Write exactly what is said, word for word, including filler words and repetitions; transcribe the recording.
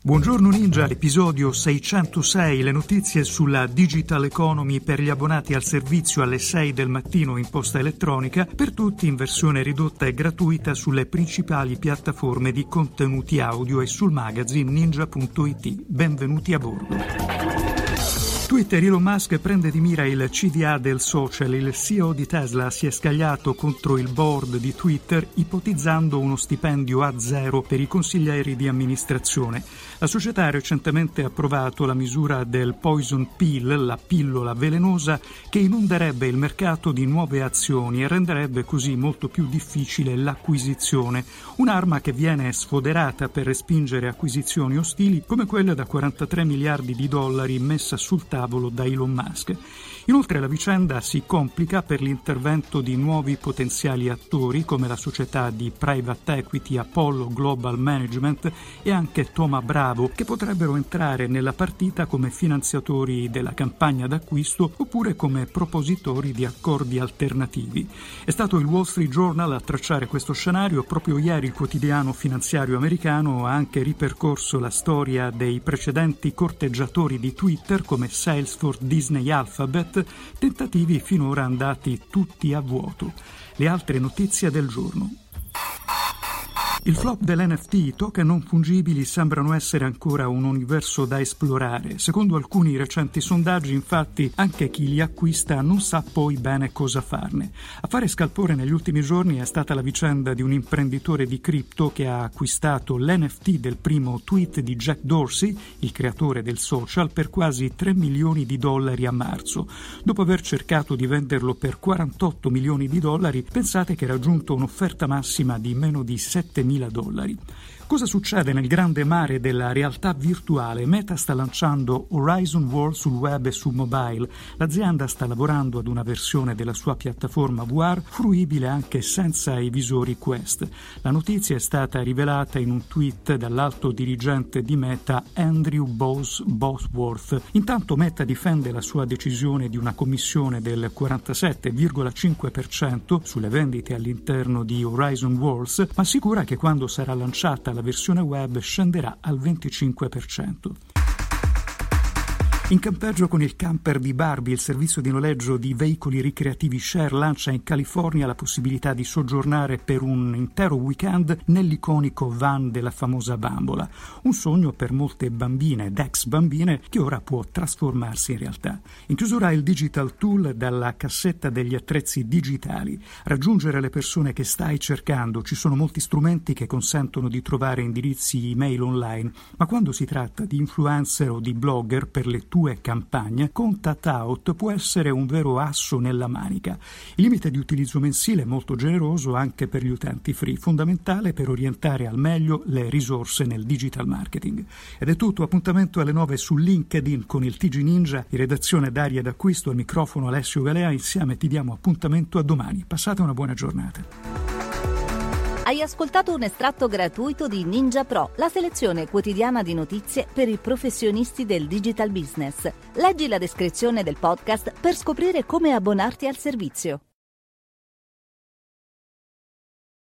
Buongiorno Ninja, episodio seicentosei, le notizie sulla digital economy per gli abbonati al servizio alle sei del mattino in posta elettronica, per tutti in versione ridotta e gratuita sulle principali piattaforme di contenuti audio e sul magazine ninja punto it. Benvenuti a bordo. Twitter, Elon Musk prende di mira il C D A del social. Il C E O di Tesla si è scagliato contro il board di Twitter ipotizzando uno stipendio a zero per i consiglieri di amministrazione. La società ha recentemente approvato la misura del poison pill, la pillola velenosa, che inonderebbe il mercato di nuove azioni e renderebbe così molto più difficile l'acquisizione. Un'arma che viene sfoderata per respingere acquisizioni ostili come quella da quarantatré miliardi di dollari messa sul tavolo da Elon Musk. Inoltre la vicenda si complica per l'intervento di nuovi potenziali attori come la società di private equity Apollo Global Management e anche Thoma Bravo, che potrebbero entrare nella partita come finanziatori della campagna d'acquisto oppure come propositori di accordi alternativi. È stato il Wall Street Journal a tracciare questo scenario. Proprio ieri il quotidiano finanziario americano ha anche ripercorso la storia dei precedenti corteggiatori di Twitter come Salesforce, Disney, Alphabet, tentativi finora andati tutti a vuoto. Le altre notizie del giorno. Il flop dell'N F T, i token non fungibili, sembrano essere ancora un universo da esplorare. Secondo alcuni recenti sondaggi, infatti, anche chi li acquista non sa poi bene cosa farne. A fare scalpore negli ultimi giorni è stata la vicenda di un imprenditore di cripto che ha acquistato l'N F T del primo tweet di Jack Dorsey, il creatore del social, per quasi tre milioni di dollari a marzo. Dopo aver cercato di venderlo per quarantotto milioni di dollari, pensate che ha raggiunto un'offerta massima di meno di settemila dollari. Cosa succede nel grande mare della realtà virtuale? Meta sta lanciando Horizon World sul web e su mobile. L'azienda sta lavorando ad una versione della sua piattaforma V R fruibile anche senza i visori Quest. La notizia è stata rivelata in un tweet dall'alto dirigente di Meta, Andrew Bos- Bosworth. Intanto Meta difende la sua decisione di una commissione del quarantasette virgola cinque per cento sulle vendite all'interno di Horizon Worlds, ma assicura che quando sarà lanciata la la versione web scenderà al venticinque per cento. In campeggio con il camper di Barbie, il servizio di noleggio di veicoli ricreativi Share lancia in California la possibilità di soggiornare per un intero weekend nell'iconico van della famosa bambola. Un sogno per molte bambine ed ex bambine che ora può trasformarsi in realtà. In chiusura il Digital Tool dalla cassetta degli attrezzi digitali. Raggiungere le persone che stai cercando. Ci sono molti strumenti che consentono di trovare indirizzi email online, ma quando si tratta di influencer o di blogger per le tue campagne, Contact Out può essere un vero asso nella manica. Il limite di utilizzo mensile è molto generoso anche per gli utenti free, fondamentale per orientare al meglio le risorse nel digital marketing. Ed è tutto, appuntamento alle nove su LinkedIn con il T G Ninja, in redazione Daria D'Acquisto, al microfono Alessio Galea. Insieme ti diamo appuntamento a domani. Passate una buona giornata. Hai ascoltato un estratto gratuito di Ninja Pro, la selezione quotidiana di notizie per i professionisti del digital business. Leggi la descrizione del podcast per scoprire come abbonarti al servizio.